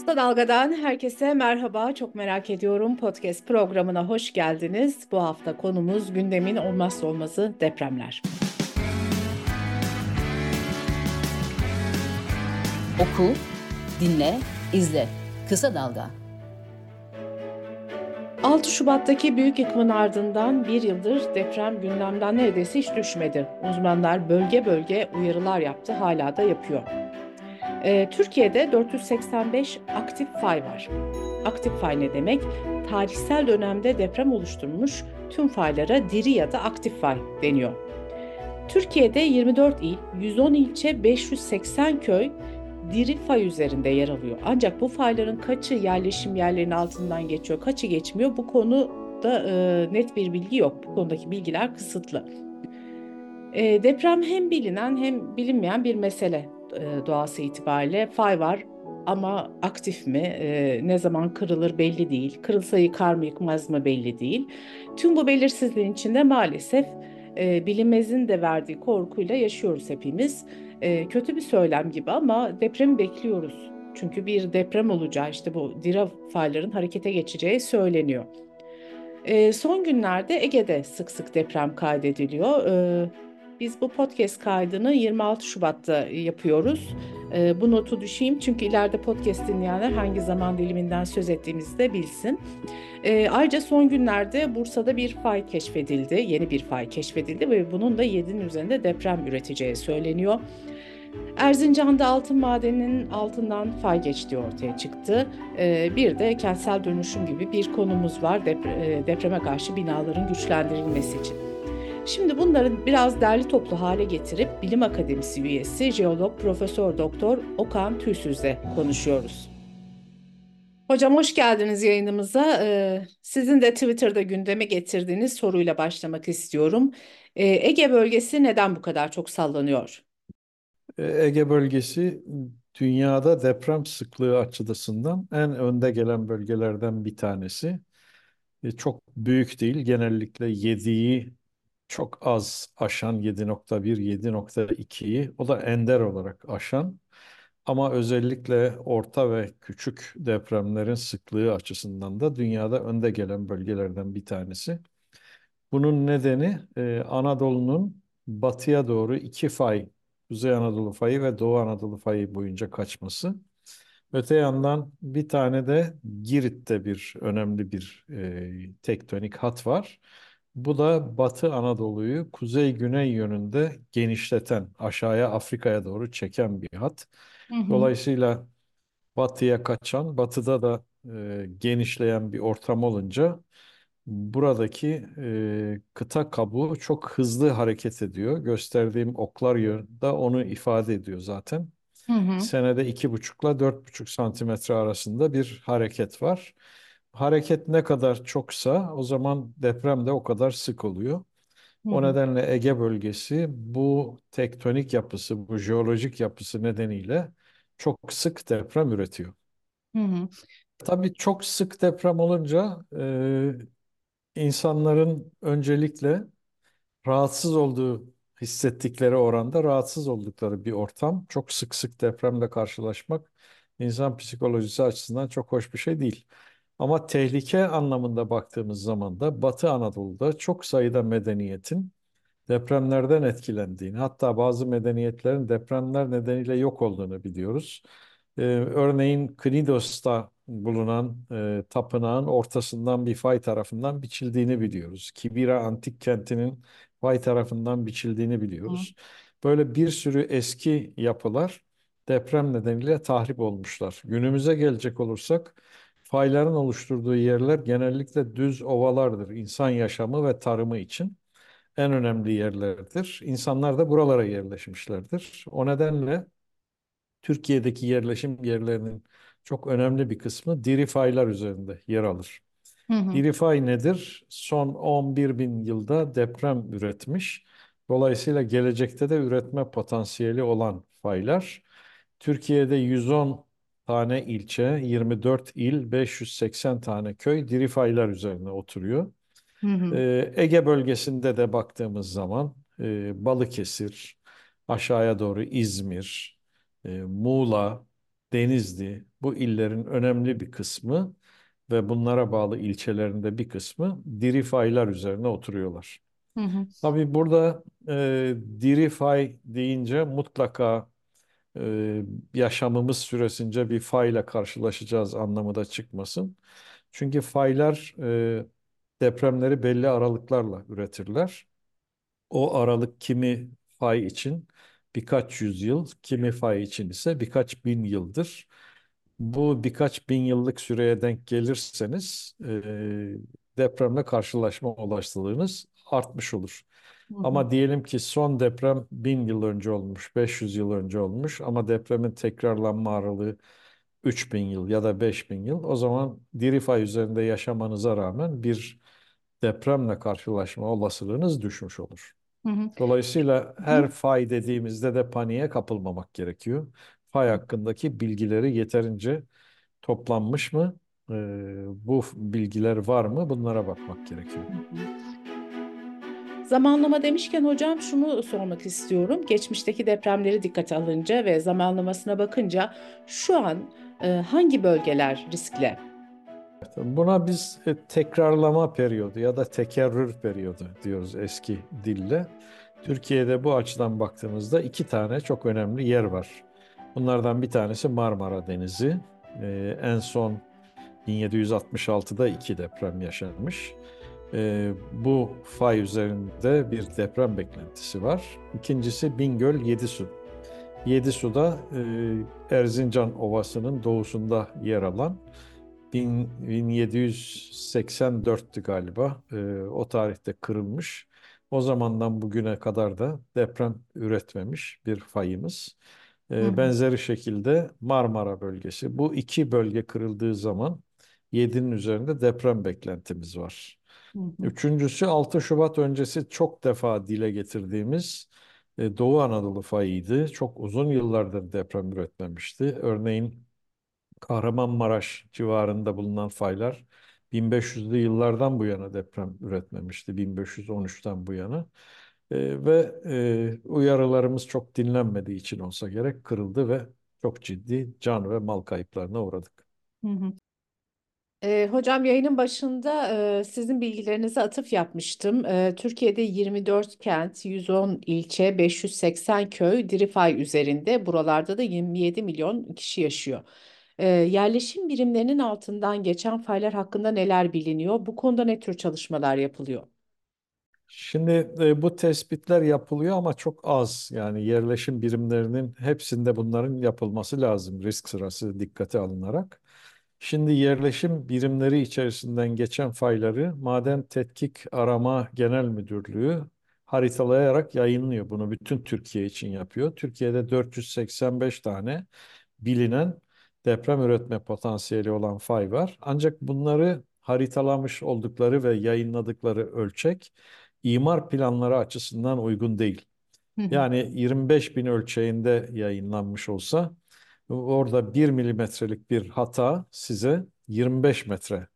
Kısa Dalga'dan herkese merhaba. Çok merak ediyorum. Podcast programına hoş geldiniz. Bu hafta konumuz gündemin olmazsa olmazı depremler. Oku, dinle, izle. Kısa Dalga. 6 Şubat'taki büyük yıkımın ardından bir yıldır deprem gündemden neredeyse hiç düşmedi. Uzmanlar bölge bölge uyarılar yaptı, hala da yapıyor. Türkiye'de 485 aktif fay var. Aktif fay ne demek? Tarihsel dönemde deprem oluşturmuş tüm faylara diri ya da aktif fay deniyor. Türkiye'de 24 il, 110 ilçe, 580 köy diri fay üzerinde yer alıyor. Ancak bu fayların kaçı yerleşim yerlerinin altından geçiyor, kaçı geçmiyor, bu konuda net bir bilgi yok. Bu konudaki bilgiler kısıtlı. Deprem hem bilinen hem bilinmeyen bir mesele doğası itibariyle. Fay var ama aktif mi, ne zaman kırılır belli değil, kırılsa yıkar mı yıkmaz mı belli değil. Tüm bu belirsizliğin içinde maalesef bilinmezin de verdiği korkuyla yaşıyoruz hepimiz. Kötü bir söylem gibi ama depremi bekliyoruz. Çünkü bir deprem olacağı, işte bu dira fayların harekete geçeceği söyleniyor. Son günlerde Ege'de sık sık deprem kaydediliyor. Biz bu podcast kaydını 26 Şubat'ta yapıyoruz. Bu notu düşeyim çünkü ileride podcast dinleyenler hangi zaman diliminden söz ettiğimizi de bilsin. Ayrıca son günlerde Bursa'da bir fay keşfedildi, yeni bir fay keşfedildi ve bunun da 7'nin üzerinde deprem üreteceği söyleniyor. Erzincan'da altın madeninin altından fay geçtiği ortaya çıktı. Bir de kentsel dönüşüm gibi bir konumuz var depreme karşı binaların güçlendirilmesi için. Şimdi bunları biraz derli toplu hale getirip Bilim Akademisi üyesi jeolog Profesör Doktor Okan Tüysüz'le konuşuyoruz. Hocam hoş geldiniz yayınımıza. Sizin de Twitter'da gündeme getirdiğiniz soruyla başlamak istiyorum. Ege bölgesi neden bu kadar çok sallanıyor? Ege bölgesi dünyada deprem sıklığı açısından en önde gelen bölgelerden bir tanesi. Çok büyük değil. Genellikle 7'yi çok az aşan 7,1, 7,2'yi o da ender olarak aşan. Ama özellikle orta ve küçük depremlerin sıklığı açısından da dünyada önde gelen bölgelerden bir tanesi. Bunun nedeni Anadolu'nun batıya doğru iki fay, Kuzey Anadolu fayı ve Doğu Anadolu fayı boyunca kaçması. Öte yandan bir tane de Girit'te bir önemli bir tektonik hat var. Bu da Batı Anadolu'yu kuzey-güney yönünde genişleten, aşağıya Afrika'ya doğru çeken bir hat. Hı hı. Dolayısıyla batıya kaçan, batıda da genişleyen bir ortam olunca buradaki kıta kabuğu çok hızlı hareket ediyor. Gösterdiğim oklar da onu ifade ediyor zaten. Hı hı. Senede 2,5 ile 4,5 santimetre arasında bir hareket var. Hareket ne kadar çoksa o zaman deprem de o kadar sık oluyor. Hı O hı. nedenle Ege bölgesi bu tektonik yapısı, bu jeolojik yapısı nedeniyle çok sık deprem üretiyor. Hı hı. Tabii çok sık deprem olunca insanların öncelikle rahatsız olduğu hissettikleri oranda rahatsız oldukları bir ortam. Çok sık sık depremle karşılaşmak insan psikolojisi açısından çok hoş bir şey değil. Ama tehlike anlamında baktığımız zaman da Batı Anadolu'da çok sayıda medeniyetin depremlerden etkilendiğini, hatta bazı medeniyetlerin depremler nedeniyle yok olduğunu biliyoruz. Örneğin Knidos'ta bulunan tapınağın ortasından bir fay tarafından biçildiğini biliyoruz. Kibira antik kentinin fay tarafından biçildiğini Hı biliyoruz. Böyle bir sürü eski yapılar deprem nedeniyle tahrip olmuşlar. Günümüze gelecek olursak fayların oluşturduğu yerler genellikle düz ovalardır insan yaşamı ve tarımı için en önemli yerlerdir. İnsanlar da buralara yerleşmişlerdir. O nedenle Türkiye'deki yerleşim yerlerinin çok önemli bir kısmı diri faylar üzerinde yer alır. hı. Diri fay nedir? Son 11 bin yılda deprem üretmiş. Dolayısıyla gelecekte de üretme potansiyeli olan faylar. Türkiye'de 110 tane ilçe, 24 il, 580 tane köy diri faylar üzerine oturuyor. Hı hı. Ege bölgesinde de baktığımız zaman Balıkesir, aşağıya doğru İzmir, Muğla, Denizli, bu illerin önemli bir kısmı ve bunlara bağlı ilçelerinde bir kısmı diri faylar üzerine oturuyorlar. Hı hı. Tabii burada diri fay deyince mutlaka e, yaşamımız süresince bir fayla karşılaşacağız anlamı da çıkmasın. Çünkü faylar depremleri belli aralıklarla üretirler. O aralık kimi fay için birkaç yüzyıl, kimi fay için ise birkaç bin yıldır. Bu birkaç bin yıllık süreye denk gelirseniz depremle karşılaşma olasılığınız artmış olur. Hı hı. Ama diyelim ki son deprem 1000 yıl önce olmuş, 500 yıl önce olmuş ama depremin tekrarlanma aralığı 3000 yıl ya da 5000 yıl. O zaman diri fay üzerinde yaşamanıza rağmen bir depremle karşılaşma olasılığınız düşmüş olur. Hı hı. Dolayısıyla Hı her fay dediğimizde de paniğe kapılmamak gerekiyor. Fay hakkındaki bilgileri yeterince toplanmış mı? Bu bilgiler var mı? Bunlara bakmak gerekiyor. hı. Zamanlama demişken hocam şunu sormak istiyorum. Geçmişteki depremleri dikkate alınca ve zamanlamasına bakınca şu an hangi bölgeler riskli? Buna biz tekrarlama periyodu ya da tekerrür periyodu diyoruz eski dille. Türkiye'de bu açıdan baktığımızda iki tane çok önemli yer var. Bunlardan bir tanesi Marmara Denizi. En son 1766'da iki deprem yaşanmış. Bu fay üzerinde bir deprem beklentisi var. İkincisi Bingöl Yedisu. Yedisu'da Erzincan Ovası'nın doğusunda yer alan 1784'tü galiba. O tarihte kırılmış. O zamandan bugüne kadar da deprem üretmemiş bir fayımız. Hı hı. Benzeri şekilde Marmara bölgesi. Bu iki bölge kırıldığı zaman 7'nin üzerinde deprem beklentimiz var. Hı hı. Üçüncüsü 6 Şubat öncesi çok defa dile getirdiğimiz Doğu Anadolu fayıydı. Çok uzun yıllardır deprem üretmemişti. Örneğin Kahramanmaraş civarında bulunan faylar 1500'lü yıllardan bu yana deprem üretmemişti. 1513'ten bu yana. Uyarılarımız çok dinlenmediği için olsa gerek kırıldı ve çok ciddi can ve mal kayıplarına uğradık. Hı hı. Hocam yayının başında sizin bilgilerinize atıf yapmıştım. Türkiye'de 24 kent, 110 ilçe, 580 köy Dirifay üzerinde. Buralarda da 27 milyon kişi yaşıyor. Yerleşim birimlerinin altından geçen faylar hakkında neler biliniyor? Bu konuda ne tür çalışmalar yapılıyor? Şimdi bu tespitler yapılıyor ama çok az. Yani yerleşim birimlerinin hepsinde bunların yapılması lazım risk sırası dikkate alınarak. Şimdi yerleşim birimleri içerisinden geçen fayları Maden Tetkik Arama Genel Müdürlüğü haritalayarak yayınlıyor. Bunu bütün Türkiye için yapıyor. Türkiye'de 485 tane bilinen deprem üretme potansiyeli olan fay var. Ancak bunları haritalamış oldukları ve yayınladıkları ölçek imar planları açısından uygun değil. Hı hı. Yani 25 bin ölçeğinde yayınlanmış olsa orada 1 milimetrelik bir hata size 25 metre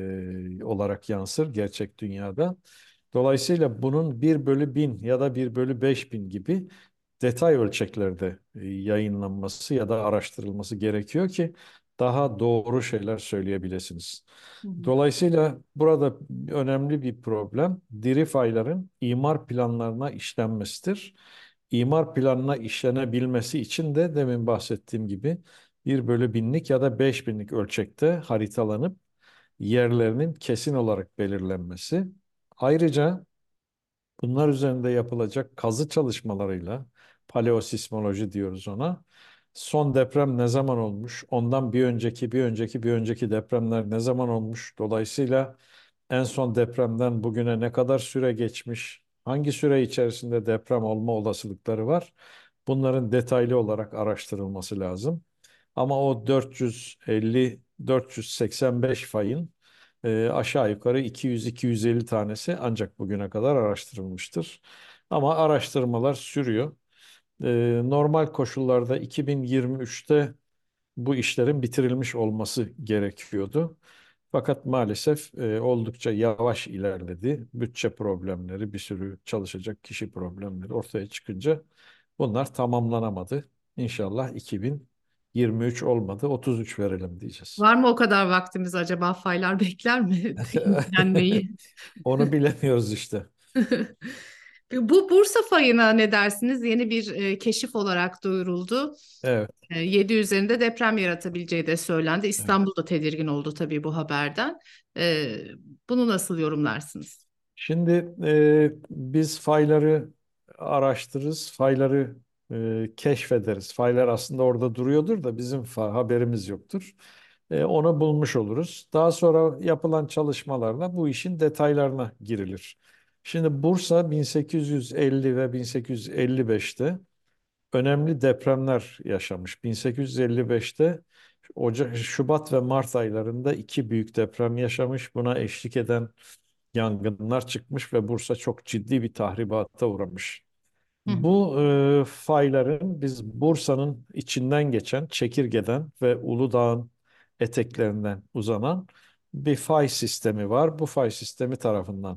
olarak yansır gerçek dünyada. Dolayısıyla bunun 1/1000 ya da 1/5000 gibi detay ölçeklerde yayınlanması ya da araştırılması gerekiyor ki daha doğru şeyler söyleyebilirsiniz. Hı hı. Dolayısıyla burada önemli bir problem diri fayların imar planlarına işlenmesidir. İmar planına işlenebilmesi için de demin bahsettiğim gibi 1/1000'lik ya da 5000'lik ölçekte haritalanıp yerlerinin kesin olarak belirlenmesi. Ayrıca bunlar üzerinde yapılacak kazı çalışmalarıyla paleosismoloji diyoruz ona. Son deprem ne zaman olmuş? Ondan bir önceki depremler ne zaman olmuş? Dolayısıyla en son depremden bugüne ne kadar süre geçmiş? Hangi süre içerisinde deprem olma olasılıkları var? Bunların detaylı olarak araştırılması lazım. Ama o 450-485 fayın aşağı yukarı 200-250 tanesi ancak bugüne kadar araştırılmıştır. Ama araştırmalar sürüyor. Normal koşullarda 2023'te bu işlerin bitirilmiş olması gerekiyordu. Fakat maalesef oldukça yavaş ilerledi. Bütçe problemleri, bir sürü çalışacak kişi problemleri ortaya çıkınca bunlar tamamlanamadı. İnşallah 23 olmadı, 33 verelim diyeceğiz. Var mı o kadar vaktimiz acaba? Faylar bekler mi yüklenmeyi? Onu bilemiyoruz işte. Bu Bursa fayına ne dersiniz? Yeni bir keşif olarak duyuruldu. Evet. 7 üzerinde deprem yaratabileceği de söylendi. Evet. İstanbul da tedirgin oldu tabii bu haberden. E, Bunu nasıl yorumlarsınız? Şimdi biz fayları araştırırız, fayları keşfederiz. Faylar aslında orada duruyordur da bizim haberimiz yoktur. Onu bulmuş oluruz. Daha sonra yapılan çalışmalarla bu işin detaylarına girilir. Şimdi Bursa 1850 ve 1855'te önemli depremler yaşamış. 1855'te Şubat ve Mart aylarında iki büyük deprem yaşamış. Buna eşlik eden yangınlar çıkmış ve Bursa çok ciddi bir tahribata uğramış. Hı hı, Bu fayların biz Bursa'nın içinden geçen çekirgeden ve Uludağ'ın eteklerinden uzanan bir fay sistemi var. Bu fay sistemi tarafından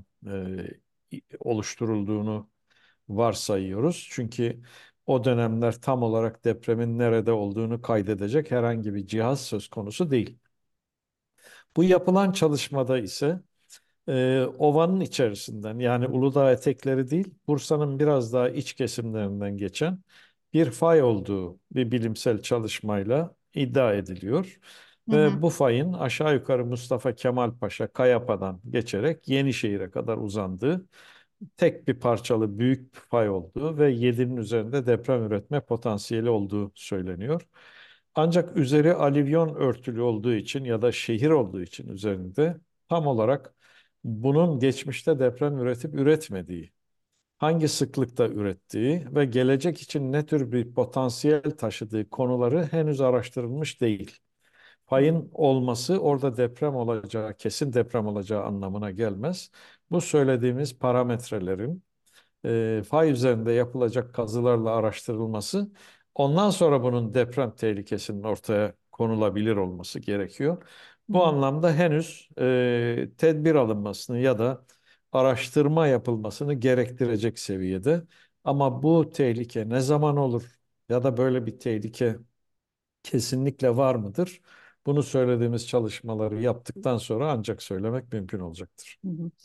oluşturulduğunu varsayıyoruz. Çünkü o dönemler tam olarak depremin nerede olduğunu kaydedecek herhangi bir cihaz söz konusu değil. Bu yapılan çalışmada ise ovanın içerisinden yani Uludağ etekleri değil, Bursa'nın biraz daha iç kesimlerinden geçen bir fay olduğu bir bilimsel çalışmayla iddia ediliyor. hı hı, Ve bu fayın aşağı yukarı Mustafa Kemal Paşa Kayapa'dan geçerek Yenişehir'e kadar uzandığı tek bir parçalı büyük bir fay olduğu ve 7'nin üzerinde deprem üretme potansiyeli olduğu söyleniyor. Ancak üzeri alüvyon örtülü olduğu için ya da şehir olduğu için üzerinde tam olarak bunun geçmişte deprem üretip üretmediği, hangi sıklıkta ürettiği ve gelecek için ne tür bir potansiyel taşıdığı konuları henüz araştırılmış değil. Payın olması orada deprem olacağı, kesin deprem olacağı anlamına gelmez. Bu söylediğimiz parametrelerin fay üzerinde yapılacak kazılarla araştırılması, ondan sonra bunun deprem tehlikesinin ortaya konulabilir olması gerekiyor. hı Bu hı, anlamda henüz tedbir alınmasını ya da araştırma yapılmasını gerektirecek seviyede. Ama bu tehlike ne zaman olur ya da böyle bir tehlike kesinlikle var mıdır? Bunu söylediğimiz çalışmaları yaptıktan sonra ancak söylemek mümkün olacaktır. hı hı.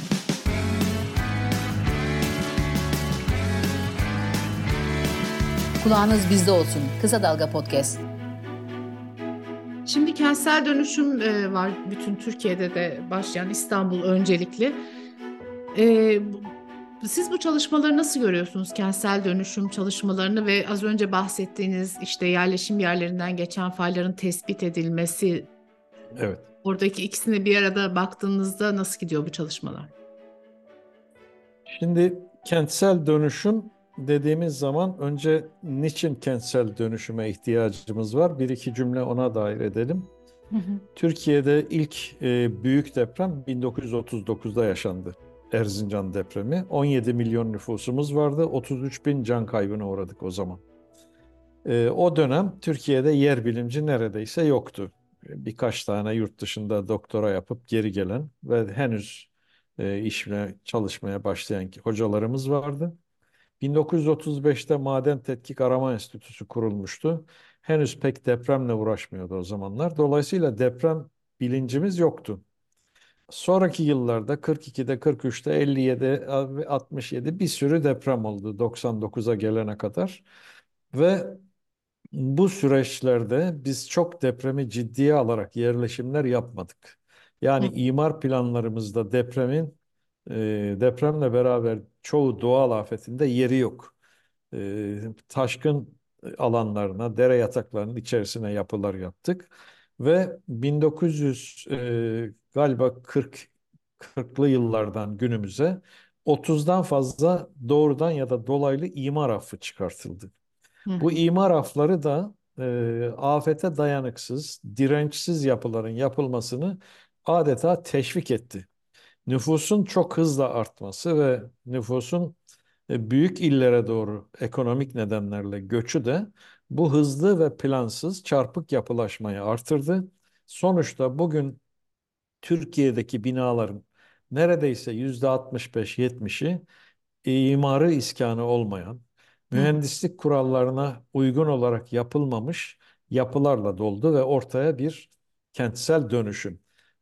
Kulağınız bizde olsun. Kısa Dalga Podcast. Şimdi kentsel dönüşüm var bütün Türkiye'de de başlayan İstanbul öncelikli. Siz bu çalışmaları nasıl görüyorsunuz? Kentsel dönüşüm çalışmalarını ve az önce bahsettiğiniz işte yerleşim yerlerinden geçen fayların tespit edilmesi, Evet. oradaki ikisini bir arada baktığınızda nasıl gidiyor bu çalışmalar? Şimdi kentsel dönüşüm dediğimiz zaman önce niçin kentsel dönüşüme ihtiyacımız var? Bir iki cümle ona dair edelim. Hı hı, Türkiye'de ilk büyük deprem 1939'da yaşandı. Erzincan depremi. 17 milyon nüfusumuz vardı. 33 bin can kaybına uğradık o zaman. O dönem Türkiye'de yer bilimci neredeyse yoktu. Birkaç tane yurt dışında doktora yapıp geri gelen ve henüz işine çalışmaya başlayan hocalarımız vardı. 1935'te Maden Tetkik Arama Enstitüsü kurulmuştu. Henüz pek depremle uğraşmıyordu o zamanlar. Dolayısıyla deprem bilincimiz yoktu. Sonraki yıllarda 42'de, 43'te, 57, 67 bir sürü deprem oldu 99'a gelene kadar. Ve bu süreçlerde biz çok depremi ciddiye alarak yerleşimler yapmadık. hı Yani hı, imar planlarımızda depremle beraber çoğu doğal afetinde yeri yok. Taşkın alanlarına, dere yataklarının içerisine yapılar yaptık. Ve 1900 galiba 40'lı yıllardan günümüze 30'dan fazla doğrudan ya da dolaylı imar affı çıkartıldı. hı Bu hı, imar afları da afete dayanıksız, dirençsiz yapıların yapılmasını adeta teşvik etti. Nüfusun çok hızla artması ve nüfusun büyük illere doğru ekonomik nedenlerle göçü de bu hızlı ve plansız çarpık yapılaşmayı artırdı. Sonuçta bugün Türkiye'deki binaların neredeyse %65-70'i imarı iskanı olmayan, hı hı, mühendislik kurallarına uygun olarak yapılmamış yapılarla doldu ve ortaya bir kentsel dönüşüm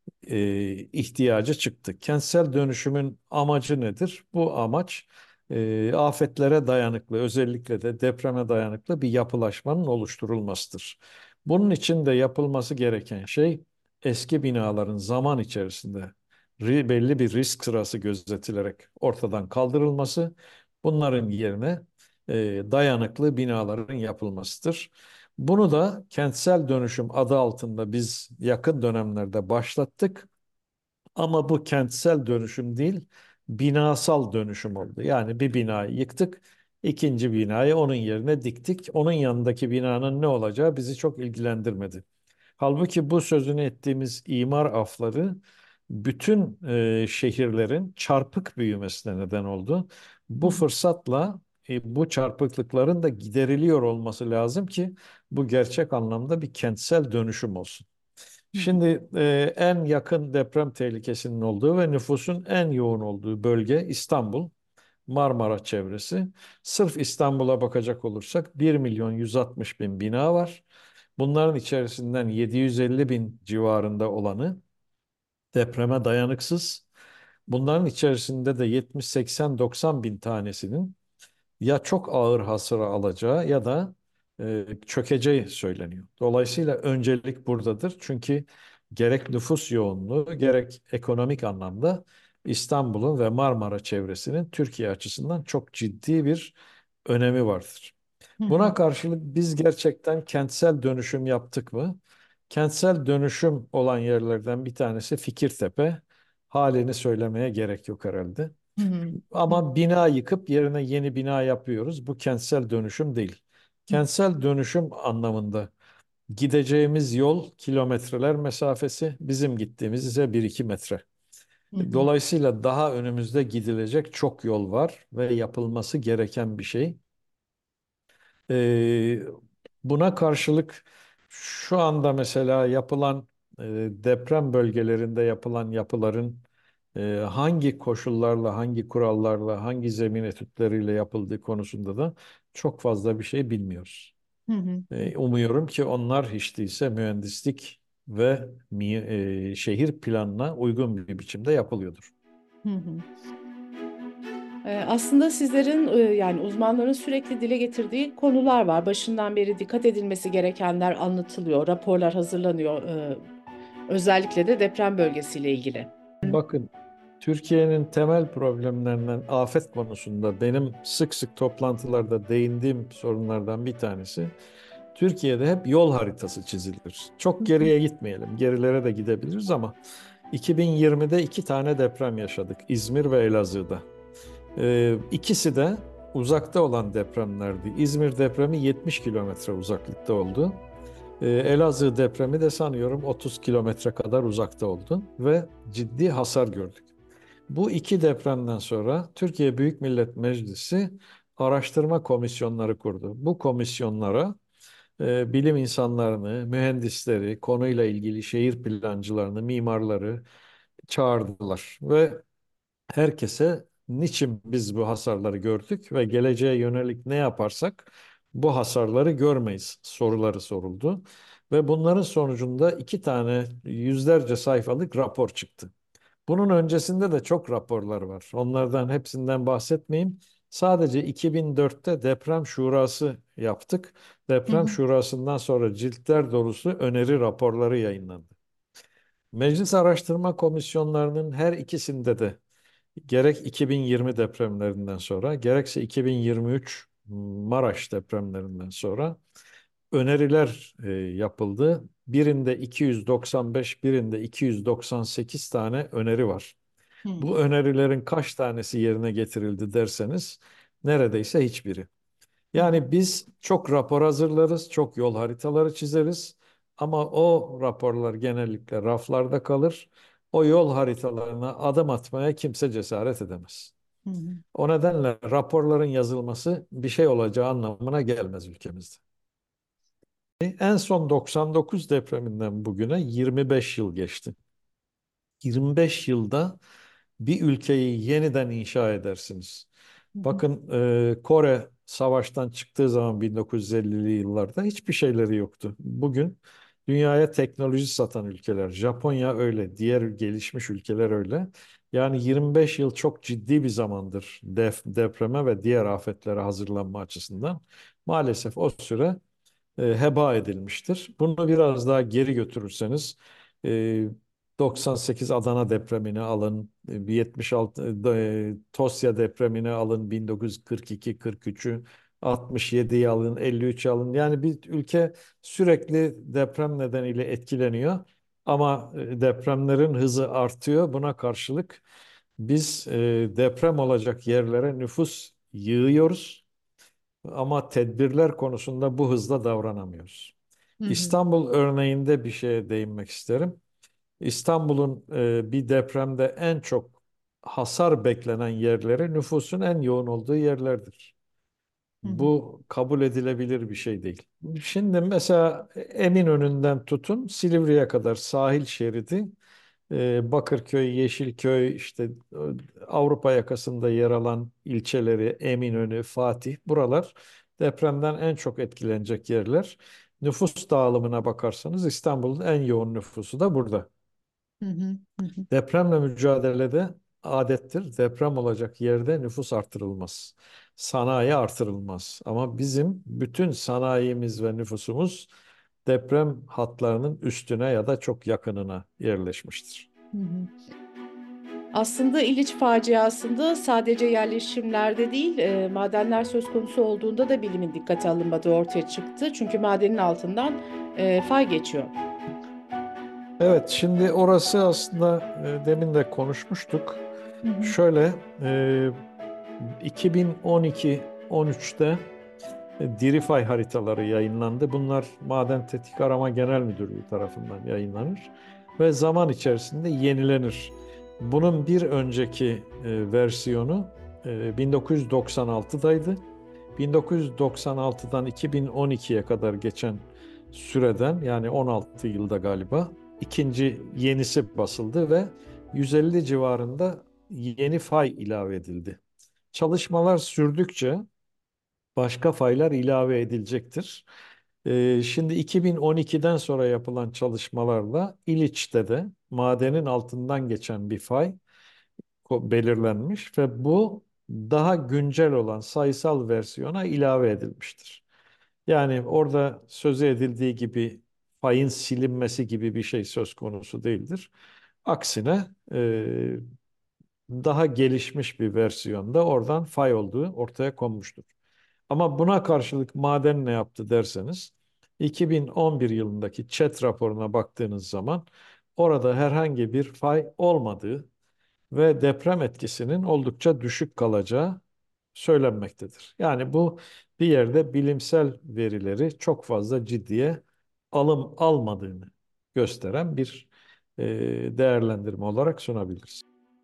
ihtiyacı çıktı. Kentsel dönüşümün amacı nedir? Bu amaç afetlere dayanıklı, özellikle de depreme dayanıklı bir yapılaşmanın oluşturulmasıdır. Bunun için de yapılması gereken şey eski binaların zaman içerisinde belli bir risk sırası gözetilerek ortadan kaldırılması, bunların yerine dayanıklı binaların yapılmasıdır. Bunu da kentsel dönüşüm adı altında biz yakın dönemlerde başlattık. Ama bu kentsel dönüşüm değil, binasal dönüşüm oldu. Yani bir binayı yıktık, ikinci binayı onun yerine diktik. Onun yanındaki binanın ne olacağı bizi çok ilgilendirmedi. Halbuki bu sözünü ettiğimiz imar afları bütün şehirlerin çarpık büyümesine neden oldu. Hı Bu hı. fırsatla bu çarpıklıkların da gideriliyor olması lazım ki bu gerçek anlamda bir kentsel dönüşüm olsun. Hı hı. Şimdi en yakın deprem tehlikesinin olduğu ve nüfusun en yoğun olduğu bölge İstanbul, Marmara çevresi. Sırf İstanbul'a bakacak olursak 1 milyon 160 bin bina var. Bunların içerisinden 750 bin civarında olanı depreme dayanıksız. Bunların içerisinde de 70, 80, 90 bin tanesinin ya çok ağır hasar alacağı ya da çökeceği söyleniyor. Dolayısıyla öncelik buradadır. Çünkü gerek nüfus yoğunluğu gerek ekonomik anlamda İstanbul'un ve Marmara çevresinin Türkiye açısından çok ciddi bir önemi vardır. Hı Buna hı. karşılık biz gerçekten kentsel dönüşüm yaptık mı? Kentsel dönüşüm olan yerlerden bir tanesi Fikirtepe. Halini söylemeye gerek yok herhalde. Hı hı. Hı Ama bina yıkıp yerine yeni bina yapıyoruz. Bu kentsel dönüşüm değil. Kentsel dönüşüm anlamında gideceğimiz yol kilometreler mesafesi, bizim gittiğimiz ise 1-2 metre. hı. Dolayısıyla daha önümüzde gidilecek çok yol var ve yapılması gereken bir şey. Ee, Buna karşılık şu anda mesela yapılan deprem bölgelerinde yapılan yapıların hangi koşullarla, hangi kurallarla, hangi zemin etütleriyle yapıldığı konusunda da çok fazla bir şey bilmiyoruz. Hı hı. Umuyorum ki onlar hiç değilse mühendislik ve şehir planına uygun bir biçimde yapılıyordur. Hı hı. Aslında sizlerin yani uzmanların sürekli dile getirdiği konular var. Başından beri dikkat edilmesi gerekenler anlatılıyor, raporlar hazırlanıyor. Özellikle de deprem bölgesiyle ilgili. Bakın, Türkiye'nin temel problemlerinden afet konusunda benim sık sık toplantılarda değindiğim sorunlardan bir tanesi, Türkiye'de hep yol haritası çizilir. Çok geriye gitmeyelim, gerilere de gidebiliriz ama 2020'de 2 tane deprem yaşadık, İzmir ve Elazığ'da. İkisi de uzakta olan depremlerdi. İzmir depremi 70 kilometre uzaklıkta oldu. Elazığ depremi de sanıyorum 30 kilometre kadar uzakta oldu ve ciddi hasar gördük. Bu iki depremden sonra Türkiye Büyük Millet Meclisi araştırma komisyonları kurdu. Bu komisyonlara bilim insanlarını, mühendisleri, konuyla ilgili şehir plancılarını, mimarları çağırdılar ve herkese niçin biz bu hasarları gördük ve geleceğe yönelik ne yaparsak bu hasarları görmeyiz soruları soruldu. Ve bunların sonucunda 2 tane yüzlerce sayfalık rapor çıktı. Bunun öncesinde de çok raporlar var. Onlardan hepsinden bahsetmeyeyim. Sadece 2004'te Deprem Şurası yaptık. Hı Deprem hı. Şurası'ndan sonra ciltler dolusu öneri raporları yayınlandı. Meclis Araştırma Komisyonlarının her ikisinde de gerek 2020 depremlerinden sonra gerekse 2023 Maraş depremlerinden sonra öneriler yapıldı. Birinde 295, birinde 298 tane öneri var. Hı Bu hı. önerilerin kaç tanesi yerine getirildi derseniz neredeyse hiçbiri. Hı hı. Yani biz çok rapor hazırlarız, çok yol haritaları çizeriz ama o raporlar genellikle raflarda kalır. O yol haritalarına adım atmaya kimse cesaret edemez. Hı hı. O nedenle raporların yazılması bir şey olacağı anlamına gelmez ülkemizde. En son 99 depreminden bugüne 25 yıl geçti. 25 yılda bir ülkeyi yeniden inşa edersiniz. Hı hı. Bakın, Kore savaştan çıktığı zaman 1950'li yıllarda hiçbir şeyleri yoktu. Bugün dünyaya teknoloji satan ülkeler, Japonya öyle, diğer gelişmiş ülkeler öyle. Yani 25 yıl çok ciddi bir zamandır depreme ve diğer afetlere hazırlanma açısından. Maalesef o süre heba edilmiştir. Bunu biraz daha geri götürürseniz e, 98 Adana depremini alın, 76 Tosya depremini alın, 1942-43'ü, 67'yi alın, 53'ü alın. Yani bir ülke sürekli deprem nedeniyle etkileniyor. Ama depremlerin hızı artıyor. Buna karşılık biz deprem olacak yerlere nüfus yığıyoruz. Ama tedbirler konusunda bu hızla davranamıyoruz. Hı hı. İstanbul örneğinde bir şeye değinmek isterim. İstanbul'un bir depremde en çok hasar beklenen yerleri nüfusun en yoğun olduğu yerlerdir. Hı hı. Bu kabul edilebilir bir şey değil. Şimdi mesela Eminönü'nden tutun Silivri'ye kadar sahil şeridi, Bakırköy, Yeşilköy, işte Avrupa yakasında yer alan ilçeleri, Eminönü, Fatih, buralar depremden en çok etkilenecek yerler. Nüfus dağılımına bakarsanız İstanbul'un en yoğun nüfusu da burada. Hı hı. Hı hı. Depremle mücadelede adettir. Deprem olacak yerde nüfus artırılmaz. Sanayi artırılmaz. Ama bizim bütün sanayimiz ve nüfusumuz deprem hatlarının üstüne ya da çok yakınına yerleşmiştir. Hı hı. Aslında İliç faciasında sadece yerleşimlerde değil, madenler söz konusu olduğunda da bilimin dikkate alınmadığı ortaya çıktı. Çünkü madenin altından fay geçiyor. Evet, şimdi orası aslında demin de konuşmuştuk. Hı hı. Şöyle, 2012-13'te Dirifay haritaları yayınlandı. Bunlar Maden Tetkik Arama Genel Müdürlüğü tarafından yayınlanır ve zaman içerisinde yenilenir. Bunun bir önceki versiyonu 1996'daydı. 1996'dan 2012'ye kadar geçen süreden, yani 16 yılda galiba, ikinci yenisi basıldı ve 150 civarında yeni fay ilave edildi. Çalışmalar sürdükçe başka faylar ilave edilecektir. Şimdi 2012'den sonra yapılan çalışmalarla İliç'te de madenin altından geçen bir fay belirlenmiş ve bu daha güncel olan sayısal versiyona ilave edilmiştir. Yani orada sözü edildiği gibi fayın silinmesi gibi bir şey söz konusu değildir. Aksine daha gelişmiş bir versiyonda oradan fay olduğu ortaya konmuştur. Ama buna karşılık maden ne yaptı derseniz, 2011 yılındaki ÇED raporuna baktığınız zaman orada herhangi bir fay olmadığı ve deprem etkisinin oldukça düşük kalacağı söylenmektedir. Yani bu bir yerde bilimsel verileri çok fazla ciddiye almadığını gösteren bir değerlendirme olarak sunabiliriz.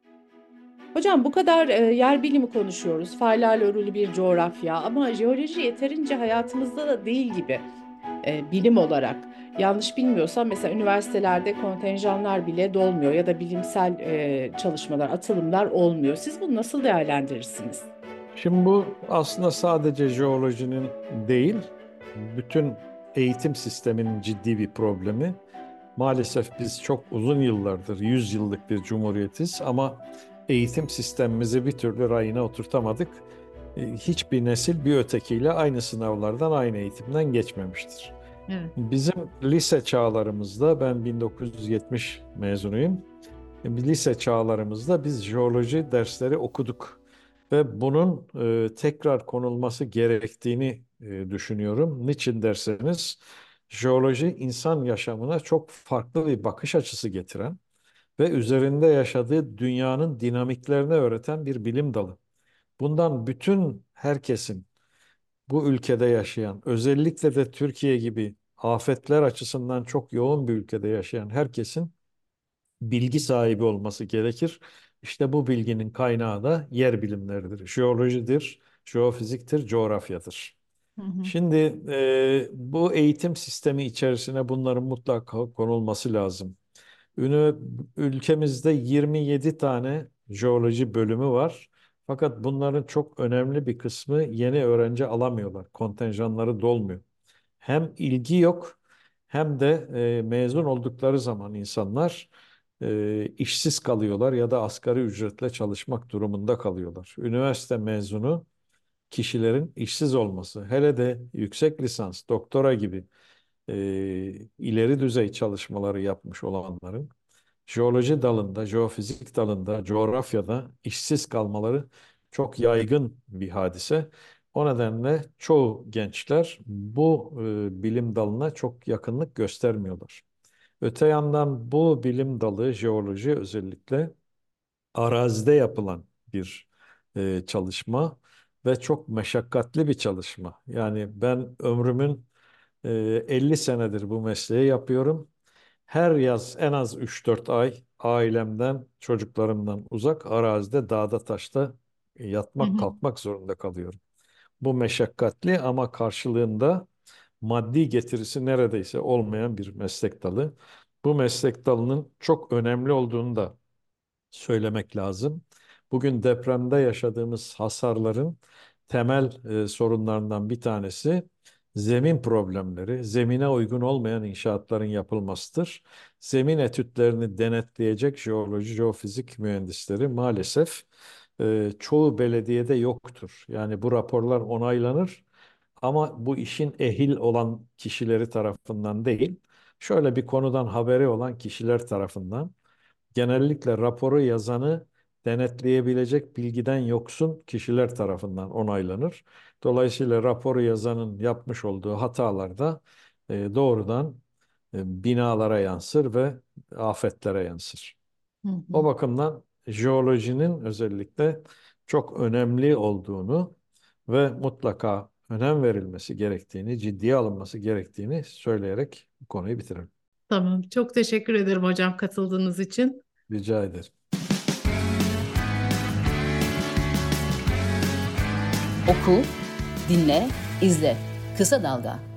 Hocam bu kadar yer bilimi konuşuyoruz, faylarla örülü bir coğrafya ama jeoloji yeterince hayatımızda da değil gibi bilim olarak. Yanlış bilmiyorsam mesela üniversitelerde kontenjanlar bile dolmuyor ya da bilimsel çalışmalar, atılımlar olmuyor. Siz bunu nasıl değerlendirirsiniz? Şimdi bu aslında sadece jeolojinin değil, bütün eğitim sisteminin ciddi bir problemi. Maalesef biz çok uzun yıllardır, 100 yıllık bir cumhuriyetiz ama eğitim sistemimizi bir türlü rayına oturtamadık. Hiçbir nesil bir ötekiyle aynı sınavlardan, aynı eğitimden geçmemiştir. Evet. Bizim lise çağlarımızda, ben 1970 mezunuyum. Lise çağlarımızda biz jeoloji dersleri okuduk ve bunun tekrar konulması gerektiğini düşünüyorum. Niçin derseniz, jeoloji insan yaşamına çok farklı bir bakış açısı getiren ve üzerinde yaşadığı dünyanın dinamiklerini öğreten bir bilim dalı. Bundan bütün herkesin, bu ülkede yaşayan, özellikle de Türkiye gibi afetler açısından çok yoğun bir ülkede yaşayan herkesin bilgi sahibi olması gerekir. İşte bu bilginin kaynağı da yer bilimleridir. Jeolojidir, jeofiziktir, coğrafyadır. Hı hı. Şimdi bu eğitim sistemi içerisine bunların mutlaka konulması lazım. Ülkemizde 27 tane jeoloji bölümü var. Fakat bunların çok önemli bir kısmı yeni öğrenci alamıyorlar. Kontenjanları dolmuyor. Hem ilgi yok hem de mezun oldukları zaman insanlar işsiz kalıyorlar ya da asgari ücretle çalışmak durumunda kalıyorlar. Üniversite mezunu kişilerin işsiz olması, hele de yüksek lisans, doktora gibi e, ileri düzey çalışmaları yapmış olanların jeoloji dalında, jeofizik dalında, coğrafyada işsiz kalmaları çok yaygın bir hadise. O nedenle çoğu gençler bu bilim dalına çok yakınlık göstermiyorlar. Öte yandan bu bilim dalı, jeoloji özellikle arazide yapılan bir çalışma ve çok meşakkatli bir çalışma. Yani ben ömrümün 50 senedir bu mesleği yapıyorum. Her yaz en az 3-4 ay ailemden, çocuklarımdan uzak arazide, dağda, taşta Hı yatmak, hı. kalkmak zorunda kalıyorum. Bu meşakkatli ama karşılığında maddi getirisi neredeyse olmayan bir meslek dalı. Bu meslek dalının çok önemli olduğunu da söylemek lazım. Bugün depremde yaşadığımız hasarların temel sorunlarından bir tanesi zemin problemleri, zemine uygun olmayan inşaatların yapılmasıdır. Zemin etütlerini denetleyecek jeoloji, jeofizik mühendisleri maalesef çoğu belediyede yoktur. Yani bu raporlar onaylanır ama bu işin ehil olan kişileri tarafından değil, şöyle bir konudan haberi olan kişiler tarafından. Genellikle raporu yazanı denetleyebilecek bilgiden yoksun kişiler tarafından onaylanır. Dolayısıyla raporu yazanın yapmış olduğu hatalar da doğrudan binalara yansır ve afetlere yansır. Hı O hı. bakımdan jeolojinin özellikle çok önemli olduğunu ve mutlaka önem verilmesi gerektiğini, ciddiye alınması gerektiğini söyleyerek bu konuyu bitiririm. Tamam. Çok teşekkür ederim hocam katıldığınız için. Rica ederim. Oku, dinle, izle. Kısa Dalga.